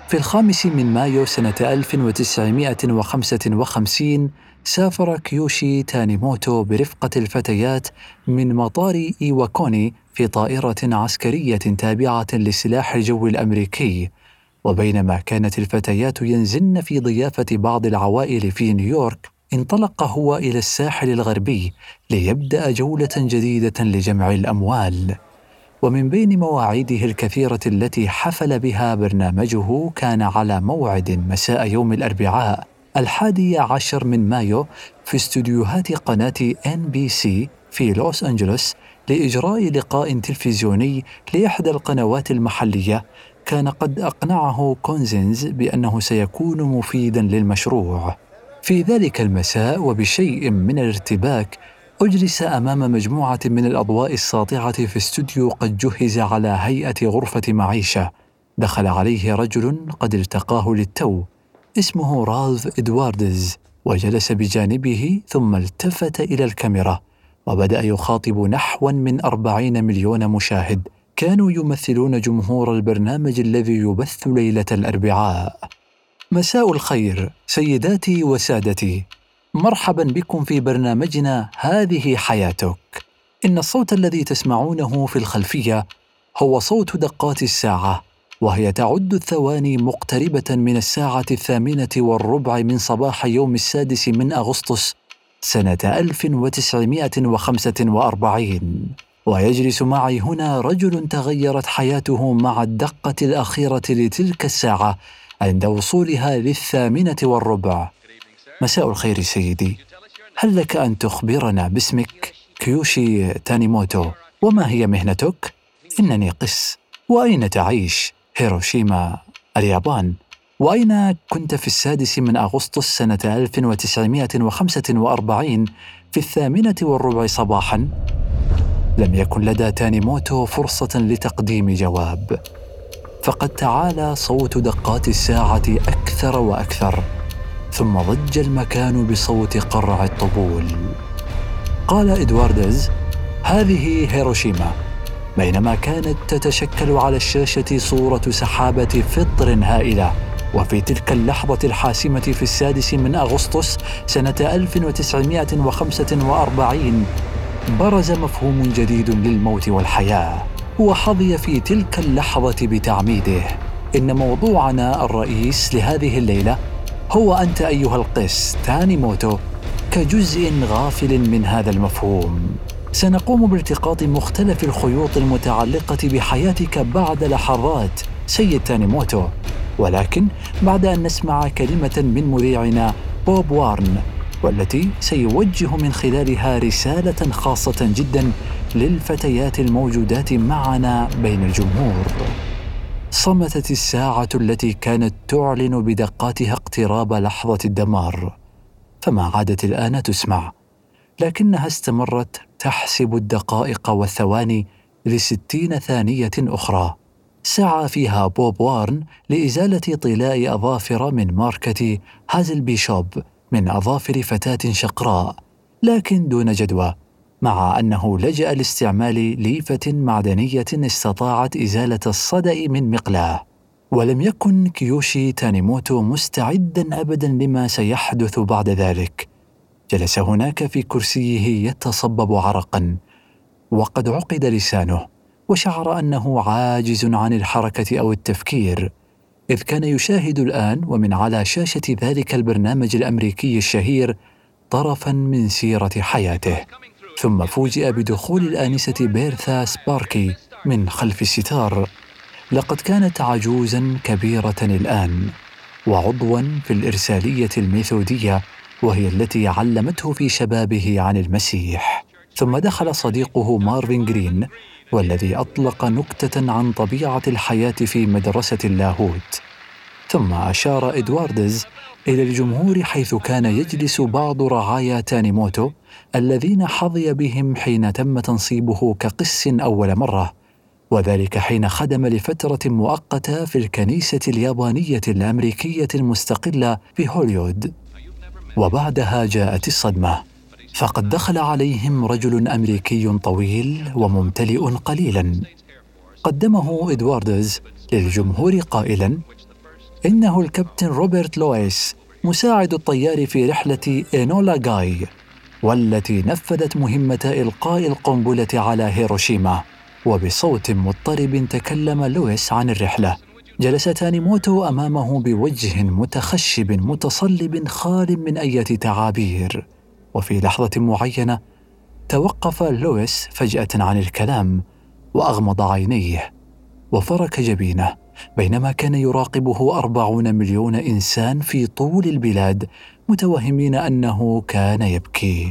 في 5 مايو سنة 1955 سافر كيوشي تانيموتو برفقة الفتيات من مطار إيواكوني في طائرة عسكرية تابعة لسلاح الجو الأمريكي. وبينما كانت الفتيات ينزلن في ضيافة بعض العوائل في نيويورك، انطلق هو إلى الساحل الغربي ليبدأ جولة جديدة لجمع الأموال. ومن بين مواعيده الكثيرة التي حفل بها برنامجه، كان على موعد مساء يوم الأربعاء 11 مايو في استوديوهات قناة NBC في لوس أنجلوس لإجراء لقاء تلفزيوني لإحدى القنوات المحلية. كان قد أقنعه كونزنز بأنه سيكون مفيداً للمشروع. في ذلك المساء وبشيء من الارتباك، أجلس أمام مجموعة من الأضواء الساطعة في استوديو قد جهز على هيئة غرفة معيشة. دخل عليه رجل قد التقاه للتو، اسمه رالف إدواردز، وجلس بجانبه ثم التفت إلى الكاميرا وبدأ يخاطب نحو من 40 مليون مشاهد كانوا يمثلون جمهور البرنامج الذي يبث ليلة الأربعاء. مساء الخير سيداتي وسادتي، مرحبا بكم في برنامجنا هذه حياتك. إن الصوت الذي تسمعونه في الخلفية هو صوت دقات الساعة، وهي تعد الثواني مقتربة من 8:03 من صباح يوم 6 أغسطس سنة 1945. ويجلس معي هنا رجل تغيرت حياته مع الدقة الأخيرة لتلك الساعة عند وصولها 8:03. مساء الخير سيدي، هل لك أن تخبرنا باسمك؟ كيوشي تانيموتو. وما هي مهنتك؟ إنني قس. وأين تعيش؟ هيروشيما، اليابان. وأين كنت في 6 أغسطس سنة 1945 في 8:15 صباحاً؟ لم يكن لدى تانيموتو فرصة لتقديم جواب، فقد تعالى صوت دقات الساعة أكثر وأكثر، ثم ضج المكان بصوت قرع الطبول. قال إدواردز: هذه هيروشيما. بينما كانت تتشكل على الشاشة صورة سحابة فطر هائلة، وفي تلك اللحظة الحاسمة في 6 أغسطس سنة 1945 برز مفهوم جديد للموت والحياة، وحظي في تلك اللحظة بتعميده. إن موضوعنا الرئيس لهذه الليلة هو أنت أيها القس تانيموتو كجزء غافل من هذا المفهوم. سنقوم بالتقاط مختلف الخيوط المتعلقة بحياتك بعد لحظات سيد تانيموتو، ولكن بعد أن نسمع كلمة من مذيعنا بوب وارن، والتي سيوجه من خلالها رسالة خاصة جدا للفتيات الموجودات معنا بين الجمهور. صمتت الساعة التي كانت تعلن بدقاتها اقتراب لحظة الدمار، فما عادت الآن تسمع، لكنها استمرت تحسب الدقائق والثواني ل60 ثانية أخرى. سعى فيها بوب وارن لإزالة طلاء أظافر من ماركة هازل بيشوب من أظافر فتاة شقراء، لكن دون جدوى، مع أنه لجأ لاستعمال ليفة معدنية استطاعت إزالة الصدأ من مقلاة. ولم يكن كيوشي تانيموتو مستعداً أبداً لما سيحدث بعد ذلك. جلس هناك في كرسيه يتصبب عرقاً، وقد عقد لسانه، وشعر أنه عاجز عن الحركة أو التفكير، إذ كان يشاهد الآن ومن على شاشة ذلك البرنامج الأمريكي الشهير طرفاً من سيرة حياته. ثم فوجئ بدخول الآنسة بيرثا سباركي من خلف الستار. لقد كانت عجوزاً كبيرة الآن، وعضواً في الإرسالية الميثودية، وهي التي علمته في شبابه عن المسيح. ثم دخل صديقه مارفين جرين، والذي أطلق نكتة عن طبيعة الحياة في مدرسة اللاهوت. ثم أشار إدواردز إلى الجمهور، حيث كان يجلس بعض رعايا تانيموتو الذين حظي بهم حين تم تنصيبه كقس أول مرة، وذلك حين خدم لفترة مؤقتة في الكنيسة اليابانية الأمريكية المستقلة في هوليوود. وبعدها جاءت الصدمة، فقد دخل عليهم رجل أمريكي طويل وممتلئ قليلا. قدمه إدواردز للجمهور قائلا: إنه الكابتن روبرت لويس مساعد الطيار في رحلة إينولا غاي، والتي نفذت مهمة إلقاء القنبلة على هيروشيما. وبصوت مضطرب تكلم لويس عن الرحلة. جلس تانيموتو أمامه بوجه متخشب متصلب خال من أي تعابير. وفي لحظة معينة توقف لويس فجأة عن الكلام وأغمض عينيه وفرك جبينه، بينما كان يراقبه 40 مليون إنسان في طول البلاد متوهمين أنه كان يبكي.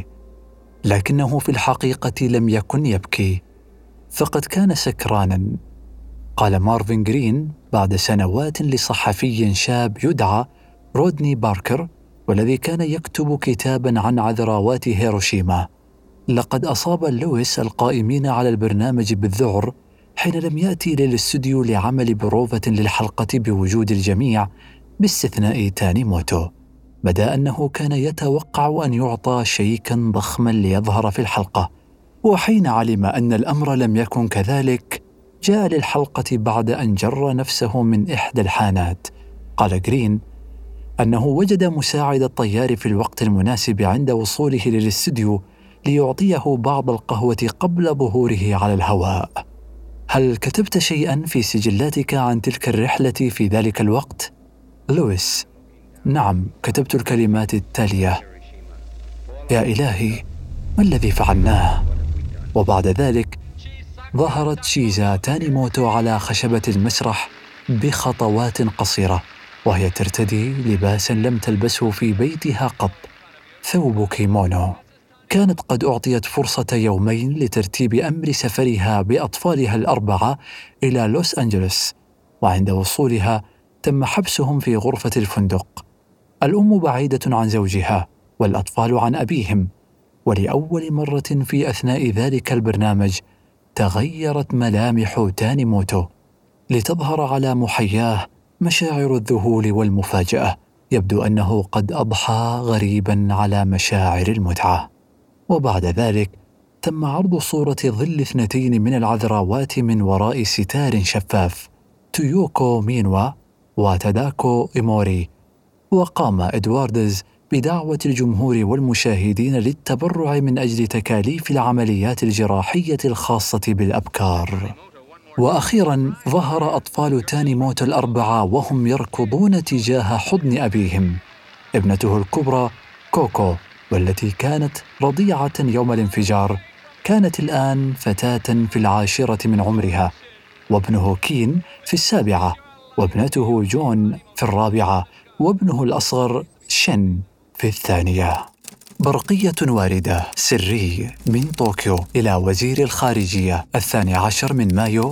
لكنه في الحقيقة لم يكن يبكي، فقد كان سكرانا. قال مارفن جرين بعد سنوات لصحفي شاب يدعى رودني باركر، والذي كان يكتب كتابا عن عذراوات هيروشيما: لقد أصاب لويس القائمين على البرنامج بالذعر حين لم يأتي للاستوديو لعمل بروفة للحلقة بوجود الجميع باستثناء تانيموتو. بدا أنه كان يتوقع أن يعطى شيكا ضخما ليظهر في الحلقة، وحين علم أن الأمر لم يكن كذلك جاء للحلقة بعد أن جر نفسه من إحدى الحانات. قال جرين أنه وجد مساعد الطيار في الوقت المناسب عند وصوله للاستوديو ليعطيه بعض القهوة قبل ظهوره على الهواء. هل كتبت شيئا في سجلاتك عن تلك الرحلة في ذلك الوقت؟ لويس: نعم، كتبت الكلمات التالية: يا إلهي، ما الذي فعلناه؟ وبعد ذلك ظهرت شيزا تانيموتو على خشبة المسرح بخطوات قصيرة، وهي ترتدي لباسا لم تلبسه في بيتها قط، ثوب كيمونو. كانت قد أعطيت فرصة يومين لترتيب أمر سفرها بأطفالها ال4 إلى لوس أنجلوس، وعند وصولها تم حبسهم في غرفة الفندق. الأم بعيدة عن زوجها والأطفال عن أبيهم، ولأول مرة في أثناء ذلك البرنامج تغيرت ملامح تانيموتو لتظهر على محياه مشاعر الذهول والمفاجأة. يبدو أنه قد أضحى غريبا على مشاعر المتعة. وبعد ذلك تم عرض صورة ظل 2 من العذراوات من وراء ستار شفاف، تويوكو مينوا وتاداكو إيموري. وقام إدواردز بدعوة الجمهور والمشاهدين للتبرع من أجل تكاليف العمليات الجراحية الخاصة بالأبكار. وأخيراً ظهر أطفال تانيموتو ال4 وهم يركضون تجاه حضن أبيهم. ابنته الكبرى كوكو، والتي كانت رضيعة يوم الانفجار، كانت الآن فتاة في 10 من عمرها، وابنه كين في 7، وابنته جون في 4، وابنه الأصغر شن في 2. برقية واردة سري من طوكيو إلى وزير الخارجية 12 من مايو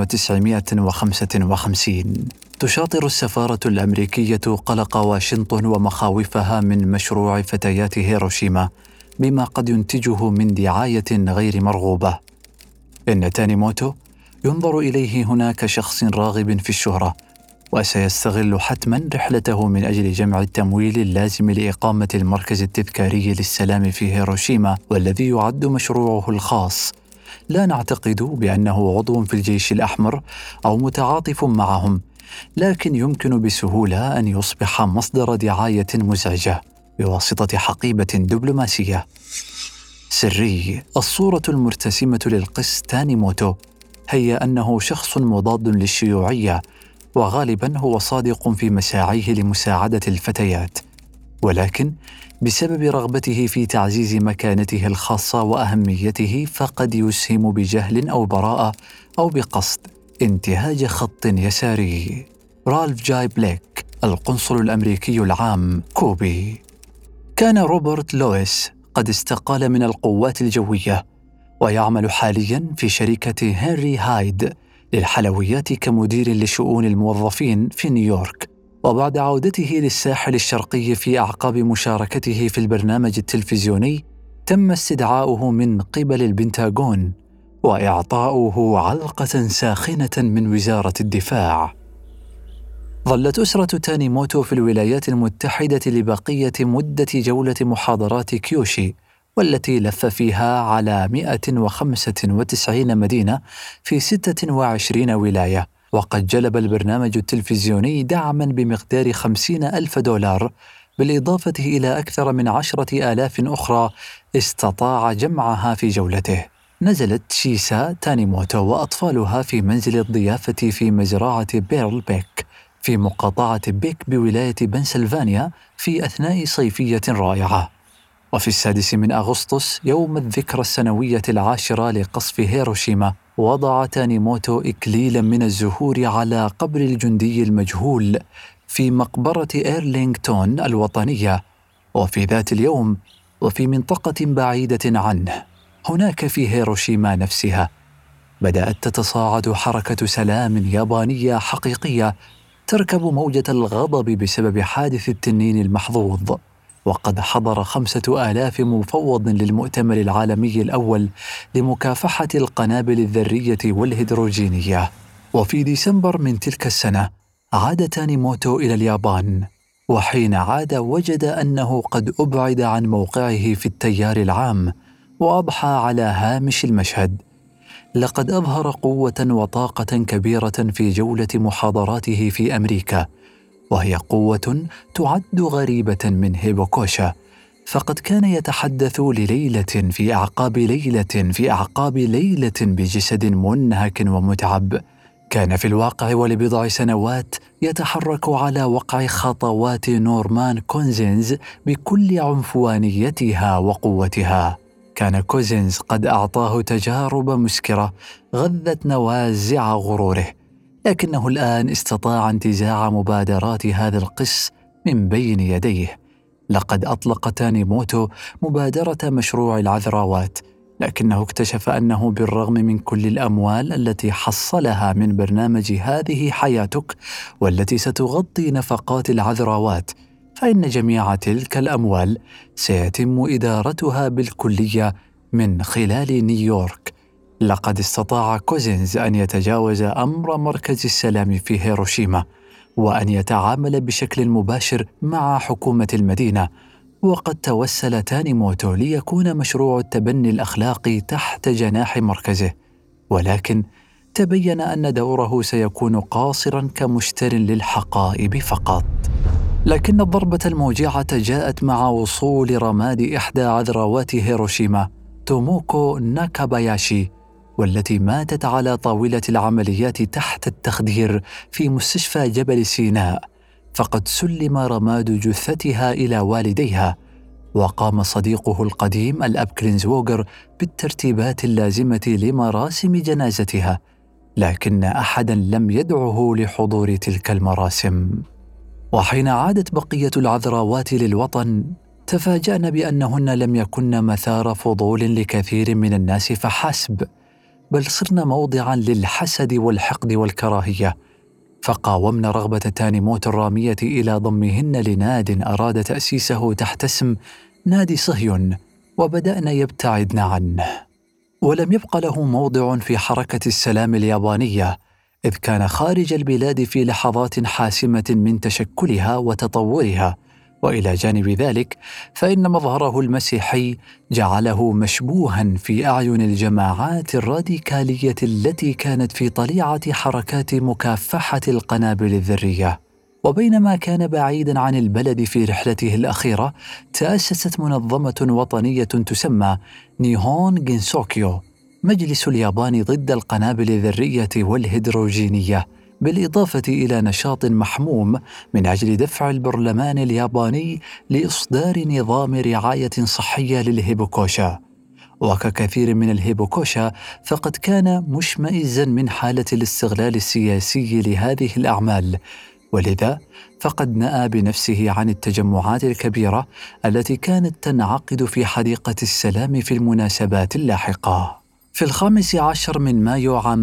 1955. تشاطر السفارة الأمريكية قلق واشنطن ومخاوفها من مشروع فتيات هيروشيما بما قد ينتجه من دعاية غير مرغوبة. إن تانيموتو ينظر إليه هناك كشخص راغب في الشهرة، وسيستغل حتما رحلته من أجل جمع التمويل اللازم لإقامة المركز التذكاري للسلام في هيروشيما، والذي يعد مشروعه الخاص. لا نعتقد بأنه عضو في الجيش الأحمر أو متعاطف معهم، لكن يمكن بسهولة أن يصبح مصدر دعاية مزعجة بواسطة حقيبة دبلوماسية. سري. الصورة المرتسمة للقس تانيموتو هي أنه شخص مضاد للشيوعية، وغالباً هو صادق في مساعيه لمساعدة الفتيات، ولكن بسبب رغبته في تعزيز مكانته الخاصة وأهميته فقد يسهم بجهل أو براءة أو بقصد انتهاج خط يساري. رالف جاي بليك، القنصل الأمريكي العام كوبي. كان روبرت لويس قد استقال من القوات الجوية، ويعمل حالياً في شركة هنري هايد للحلويات كمدير لشؤون الموظفين في نيويورك. وبعد عودته للساحل الشرقي في أعقاب مشاركته في البرنامج التلفزيوني، تم استدعاؤه من قبل البنتاغون وإعطاؤه علقة ساخنة من وزارة الدفاع. ظلت أسرة تانيموتو في الولايات المتحدة لبقية مدة جولة محاضرات كيوشي، والتي لف فيها على 195 مدينة في 26 ولاية، وقد جلب البرنامج التلفزيوني دعماً بمقدار 50,000 دولار، بالإضافة إلى أكثر من 10,000 أخرى استطاع جمعها في جولته. نزلت شيسا تانيموتو وأطفالها في منزل الضيافة في مزرعة بيرل بيك في مقاطعة بيك بولاية بنسلفانيا في أثناء صيفية رائعة. وفي 6 أغسطس يوم الذكرى السنوية 10 لقصف هيروشيما، وضع تانيموتو إكليلا من الزهور على قبر الجندي المجهول في مقبرة إيرلينغتون الوطنية. وفي ذات اليوم وفي منطقة بعيدة عنه هناك في هيروشيما نفسها بدأت تتصاعد حركة سلام يابانية حقيقية تركب موجة الغضب بسبب حادث التنين المحظوظ. وقد حضر 5,000 مفوض للمؤتمر العالمي الأول لمكافحة القنابل الذرية والهيدروجينية. وفي ديسمبر من تلك السنة عاد تانيموتو إلى اليابان، وحين عاد وجد أنه قد أبعد عن موقعه في التيار العام وأضحى على هامش المشهد. لقد أظهر قوة وطاقة كبيرة في جولة محاضراته في أمريكا، وهي قوة تعد غريبة من هيبوكوشا، فقد كان يتحدث لليلة في أعقاب ليلة في أعقاب ليلة بجسد منهك ومتعب. كان في الواقع ولبضع سنوات يتحرك على وقع خطوات نورمان كوزينز بكل عنفوانيتها وقوتها. كان كوزينز قد أعطاه تجارب مسكرة غذت نوازع غروره، لكنه الآن استطاع انتزاع مبادرات هذا القس من بين يديه. لقد أطلق تانيموتو مبادرة مشروع العذراوات، لكنه اكتشف أنه بالرغم من كل الأموال التي حصلها من برنامج هذه حياتك والتي ستغطي نفقات العذراوات، فإن جميع تلك الأموال سيتم إدارتها بالكلية من خلال نيويورك. لقد استطاع كوزينز أن يتجاوز أمر مركز السلام في هيروشيما وأن يتعامل بشكل مباشر مع حكومة المدينة. وقد توسل تانيموتو ليكون مشروع التبني الأخلاقي تحت جناح مركزه، ولكن تبين أن دوره سيكون قاصرا كمشتر للحقائب فقط. لكن الضربة الموجعة جاءت مع وصول رماد إحدى عذراوات هيروشيما، توموكو ناكاباياشي، والتي ماتت على طاولة العمليات تحت التخدير في مستشفى جبل سيناء. فقد سلم رماد جثتها إلى والديها، وقام صديقه القديم الأب كلينزووغر بالترتيبات اللازمة لمراسم جنازتها، لكن أحداً لم يدعه لحضور تلك المراسم. وحين عادت بقية العذراوات للوطن، تفاجأنا بأنهن لم يكن مثار فضول لكثير من الناس فحسب، بل صرن موضعاً للحسد والحقد والكراهية. فقاومنا رغبة تانيموتو الرامية إلى ضمهن لناد أراد تأسيسه تحت اسم نادي صهيون، وبدأنا يبتعدن عنه. ولم يبق له موضع في حركة السلام اليابانية، إذ كان خارج البلاد في لحظات حاسمة من تشكلها وتطورها. وإلى جانب ذلك فإن مظهره المسيحي جعله مشبوها في أعين الجماعات الراديكالية التي كانت في طليعة حركات مكافحة القنابل الذرية. وبينما كان بعيدا عن البلد في رحلته الأخيرة، تأسست منظمة وطنية تسمى نيهون جينسوكيو، مجلس اليابان ضد القنابل الذرية والهيدروجينية، بالإضافة إلى نشاط محموم من أجل دفع البرلمان الياباني لإصدار نظام رعاية صحية للهيبوكوشا. وككثير من الهيبوكوشا فقد كان مشمئزا من حالة الاستغلال السياسي لهذه الأعمال، ولذا فقد نأى بنفسه عن التجمعات الكبيرة التي كانت تنعقد في حديقة السلام في المناسبات اللاحقة. في 15 من مايو عام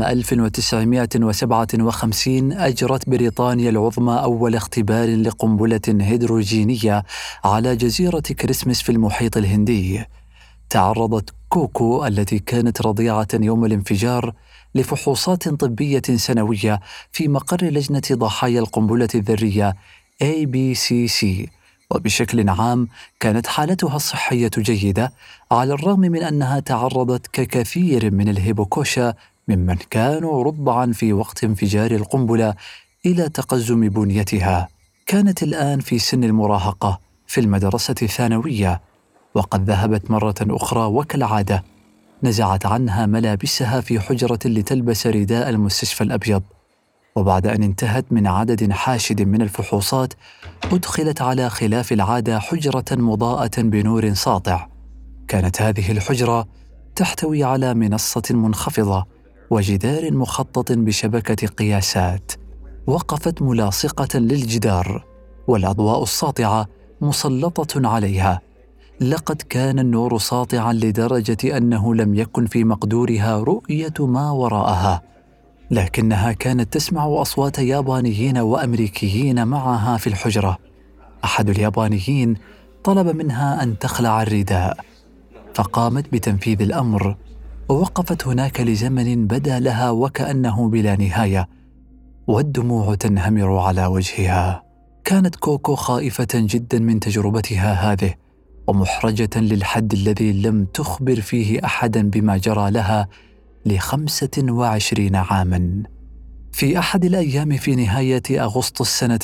1957 أجرت بريطانيا العظمى أول اختبار لقنبلة هيدروجينية على جزيرة كريسمس في المحيط الهندي. تعرضت كوكو التي كانت رضيعة يوم الانفجار لفحوصات طبية سنوية في مقر لجنة ضحايا القنبلة الذرية ABCC، وبشكل عام كانت حالتها الصحية جيدة، على الرغم من أنها تعرضت ككثير من الهيبوكوشا ممن كانوا رضعاً في وقت انفجار القنبلة إلى تقزم بنيتها. كانت الآن في سن المراهقة في المدرسة الثانوية، وقد ذهبت مرة أخرى وكالعادة نزعت عنها ملابسها في حجرة لتلبس رداء المستشفى الأبيض. وبعد أن انتهت من عدد حاشد من الفحوصات، أدخلت على خلاف العادة حجرة مضاءة بنور ساطع. كانت هذه الحجرة تحتوي على منصة منخفضة وجدار مخطط بشبكة قياسات. وقفت ملاصقة للجدار، والأضواء الساطعة مسلطة عليها. لقد كان النور ساطعا لدرجة أنه لم يكن في مقدورها رؤية ما وراءها، لكنها كانت تسمع أصوات يابانيين وأمريكيين معها في الحجرة. أحد اليابانيين طلب منها أن تخلع الرداء، فقامت بتنفيذ الأمر، ووقفت هناك لزمن بدا لها وكأنه بلا نهاية، والدموع تنهمر على وجهها. كانت كوكو خائفة جدا من تجربتها هذه، ومحرجة للحد الذي لم تخبر فيه أحدا بما جرى لها ل25 عاما. في أحد الأيام في نهاية أغسطس سنة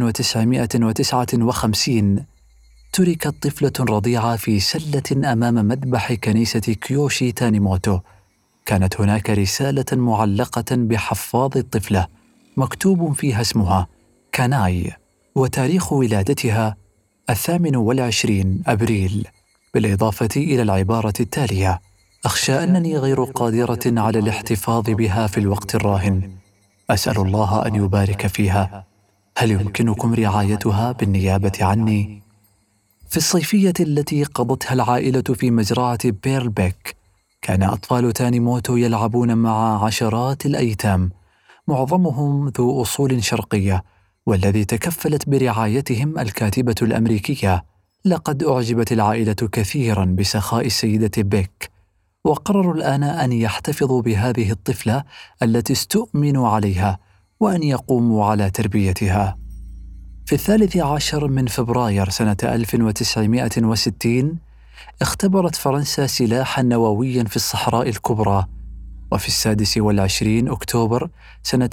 1959 تركت طفلة رضيعة في سلة أمام مذبح كنيسة كيوشي تانيموتو. كانت هناك رسالة معلقة بحفاظ الطفلة مكتوب فيها اسمها كاناي وتاريخ ولادتها 28 أبريل، بالإضافة إلى العبارة التالية: أخشى أنني غير قادرة على الاحتفاظ بها في الوقت الراهن. أسأل الله أن يبارك فيها. هل يمكنكم رعايتها بالنيابة عني؟ في الصيفية التي قضتها العائلة في مزرعة بيرل بيك، كان أطفال تانيموتو يلعبون مع عشرات الأيتام، معظمهم ذو أصول شرقية، والذي تكفلت برعايتهم الكاتبة الأمريكية. لقد أعجبت العائلة كثيرا بسخاء السيدة بيك، وقرروا الآن أن يحتفظوا بهذه الطفلة التي استؤمنوا عليها، وأن يقوموا على تربيتها. في 13 من فبراير سنة 1960 اختبرت فرنسا سلاحا نوويا في الصحراء الكبرى، وفي 26 أكتوبر سنة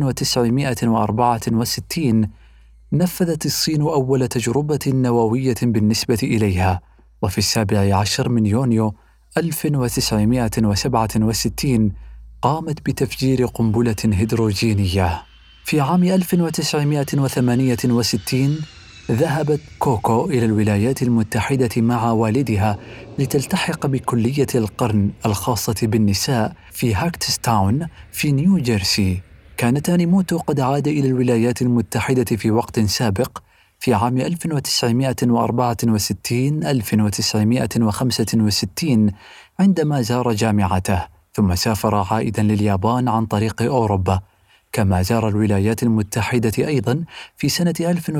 1964 نفذت الصين أول تجربة نووية بالنسبة إليها، وفي 17 من يونيو 1967 قامت بتفجير قنبلة هيدروجينية. في عام 1968 ذهبت كوكو إلى الولايات المتحدة مع والدها لتلتحق بكلية القرن الخاصة بالنساء في هاكتستاون في نيو جيرسي. كان تانيموتو قد عاد إلى الولايات المتحدة في وقت سابق في عام 1964-1965 عندما زار جامعته، ثم سافر عائدا لليابان عن طريق أوروبا، كما زار الولايات المتحدة أيضا في سنة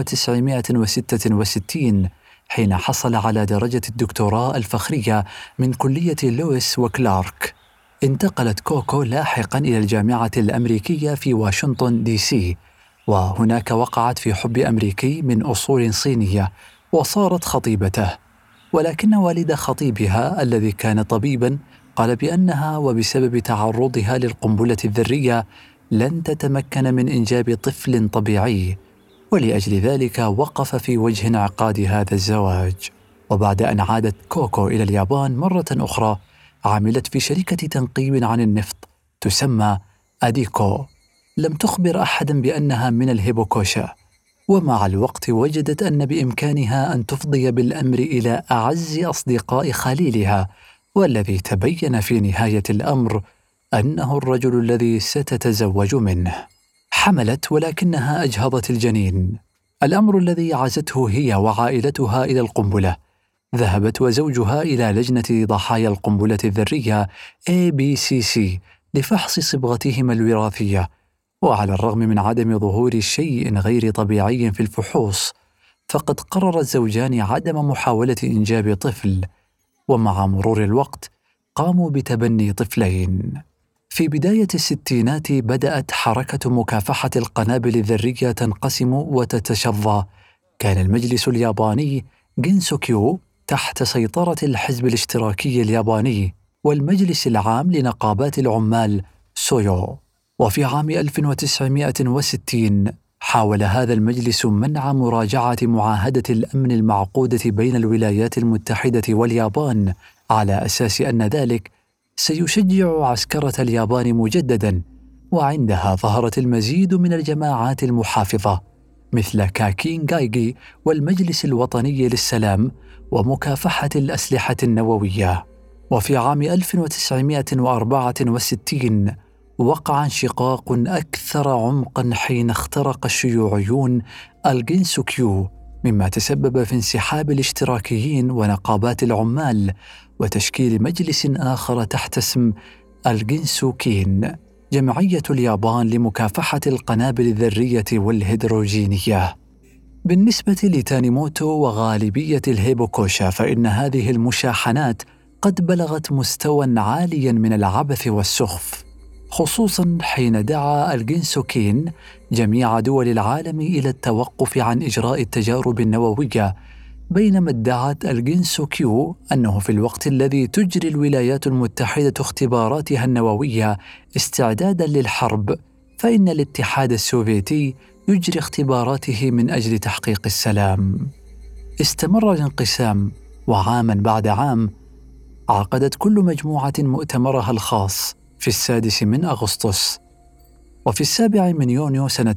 1966 حين حصل على درجة الدكتوراه الفخرية من كلية لويس وكلارك. انتقلت كوكو لاحقا إلى الجامعة الأمريكية في واشنطن دي سي، وهناك وقعت في حب أمريكي من أصول صينية وصارت خطيبته. ولكن والد خطيبها الذي كان طبيبا قال بأنها وبسبب تعرضها للقنبلة الذرية لن تتمكن من إنجاب طفل طبيعي، ولأجل ذلك وقف في وجه انعقاد هذا الزواج. وبعد أن عادت كوكو إلى اليابان مرة أخرى، عملت في شركة تنقيب عن النفط تسمى أديكو. لم تخبر أحدا بأنها من الهيبوكوشا، ومع الوقت وجدت أن بإمكانها أن تفضي بالأمر إلى أعز أصدقاء خليلها، والذي تبين في نهاية الأمر أنه الرجل الذي ستتزوج منه. حملت ولكنها أجهضت الجنين، الأمر الذي عزته هي وعائلتها إلى القنبلة. ذهبت وزوجها إلى لجنة ضحايا القنبلة الذرية ABCC لفحص صبغتهما الوراثية، وعلى الرغم من عدم ظهور شيء غير طبيعي في الفحوص، فقد قرر الزوجان عدم محاولة إنجاب طفل، ومع مرور الوقت قاموا بتبني طفلين. في بداية الستينات بدأت حركة مكافحة القنابل الذرية تنقسم وتتشظى. كان المجلس الياباني جينسوكيو تحت سيطرة الحزب الاشتراكي الياباني، والمجلس العام لنقابات العمال سويو. وفي عام 1960 حاول هذا المجلس منع مراجعة معاهدة الأمن المعقودة بين الولايات المتحدة واليابان، على أساس أن ذلك سيشجع عسكرة اليابان مجدداً. وعندها ظهرت المزيد من الجماعات المحافظة مثل كاكين غايغي والمجلس الوطني للسلام ومكافحة الأسلحة النووية. وفي عام 1964 وقع انشقاق أكثر عمقاً حين اخترق الشيوعيون الجينسوكيو، مما تسبب في انسحاب الاشتراكيين ونقابات العمال وتشكيل مجلس آخر تحت اسم الجينسوكين، جمعية اليابان لمكافحة القنابل الذرية والهيدروجينية. بالنسبة لتانيموتو وغالبية الهيبوكوشا، فإن هذه المشاحنات قد بلغت مستوى عاليا من العبث والسخف، خصوصا حين دعا الجينسوكين جميع دول العالم إلى التوقف عن إجراء التجارب النووية، بينما ادعت الجينسوكيو أنه في الوقت الذي تجري الولايات المتحدة اختباراتها النووية استعدادا للحرب، فإن الاتحاد السوفيتي يجري اختباراته من أجل تحقيق السلام. استمر الانقسام، وعاما بعد عام عقدت كل مجموعة مؤتمرها الخاص في 6 أغسطس. وفي 7 يونيو سنة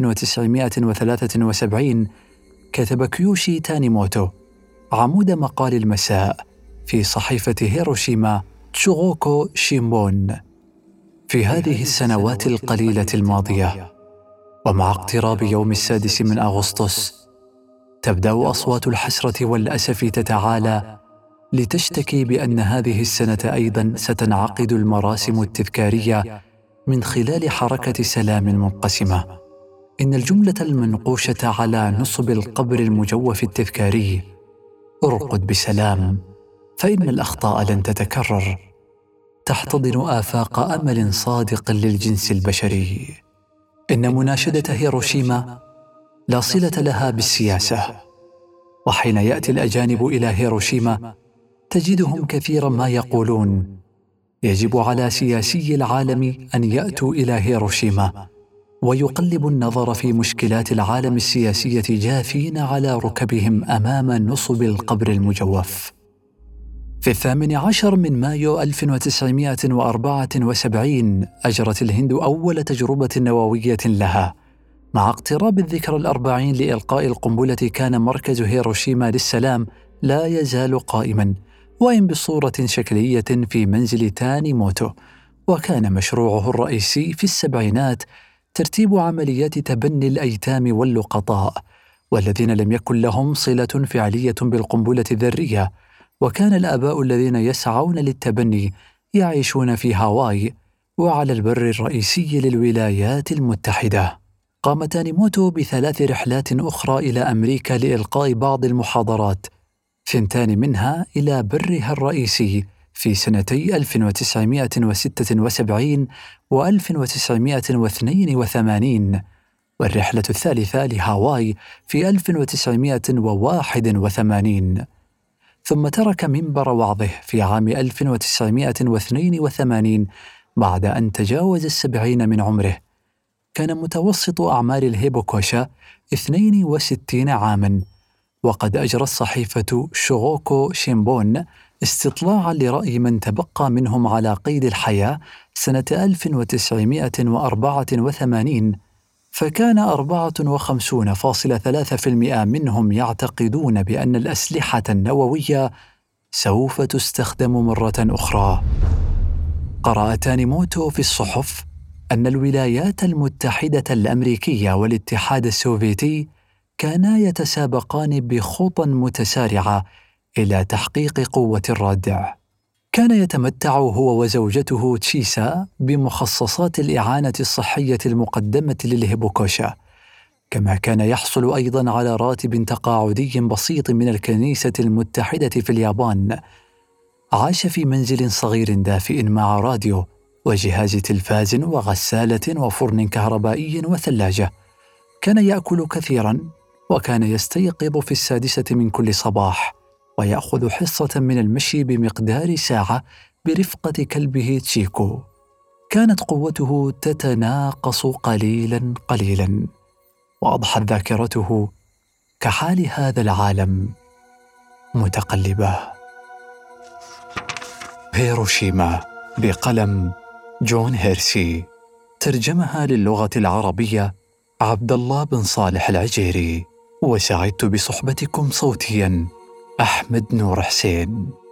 1973 كتب كيوشي تانيموتو عمود مقال المساء في صحيفة هيروشيما تشوغوكو شيمبون: في هذه السنوات القليلة الماضية ومع اقتراب يوم 6 أغسطس تبدأ أصوات الحسرة والأسف تتعالى لتشتكي بأن هذه السنة أيضا ستنعقد المراسم التذكارية من خلال حركة سلام منقسمة. إن الجملة المنقوشة على نصب القبر المجوف التذكاري: ارقد بسلام فإن الأخطاء لن تتكرر، تحتضن آفاق أمل صادق للجنس البشري. إن مناشدة هيروشيما لا صلة لها بالسياسة، وحين يأتي الأجانب إلى هيروشيما تجدهم كثيرا ما يقولون: يجب على سياسي العالم أن يأتوا إلى هيروشيما ويقلبوا النظر في مشكلات العالم السياسية جاثين على ركبهم أمام نصب القبر المجوف. في 18 مايو 1974 أجرت الهند أول تجربة نووية لها. مع اقتراب الذكرى 40 لإلقاء القنبلة، كان مركز هيروشيما للسلام لا يزال قائما، وإن بصورة شكلية، في منزل تانيموتو. وكان مشروعه الرئيسي في السبعينات ترتيب عمليات تبني الأيتام واللقطاء والذين لم يكن لهم صلة فعلية بالقنبلة الذرية. وكان الآباء الذين يسعون للتبني يعيشون في هاواي وعلى البر الرئيسي للولايات المتحدة. قام تانيموتو ب3 رحلات أخرى إلى أمريكا لإلقاء بعض المحاضرات، 2 منها إلى برها الرئيسي في سنتي 1976 و1982، والرحلة الثالثة لهاواي في 1981. ثم ترك منبر وعظه في عام 1982 بعد أن تجاوز 70 من عمره. كان متوسط أعمار الهيبوكوشا 62 عاماً، وقد أجرت صحيفة شوغوكو شيمبون استطلاعاً لرأي من تبقى منهم على قيد الحياة سنة 1984، فكان 54.3% منهم يعتقدون بأن الأسلحة النووية سوف تستخدم مرة أخرى. قرأ تانيموتو في الصحف أن الولايات المتحدة الأمريكية والاتحاد السوفيتي كانا يتسابقان بخطى متسارعة إلى تحقيق قوة الردع. كان يتمتع هو وزوجته تشيسا بمخصصات الإعانة الصحية المقدمة للهيبوكوشا، كما كان يحصل أيضاً على راتب تقاعدي بسيط من الكنيسة المتحدة في اليابان. عاش في منزل صغير دافئ مع راديو وجهاز تلفاز وغسالة وفرن كهربائي وثلاجة. كان يأكل كثيراً، وكان يستيقظ في 6 من كل صباح ويأخذ حصة من المشي بمقدار ساعة برفقة كلبه تشيكو. كانت قوته تتناقص قليلا قليلا، وأضحت ذاكرته كحال هذا العالم متقلبة. هيروشيما بقلم جون هيرسي، ترجمها للغة العربية عبد الله بن صالح العجيري، وسعدت بصحبتكم صوتيا أحمد نور حسين.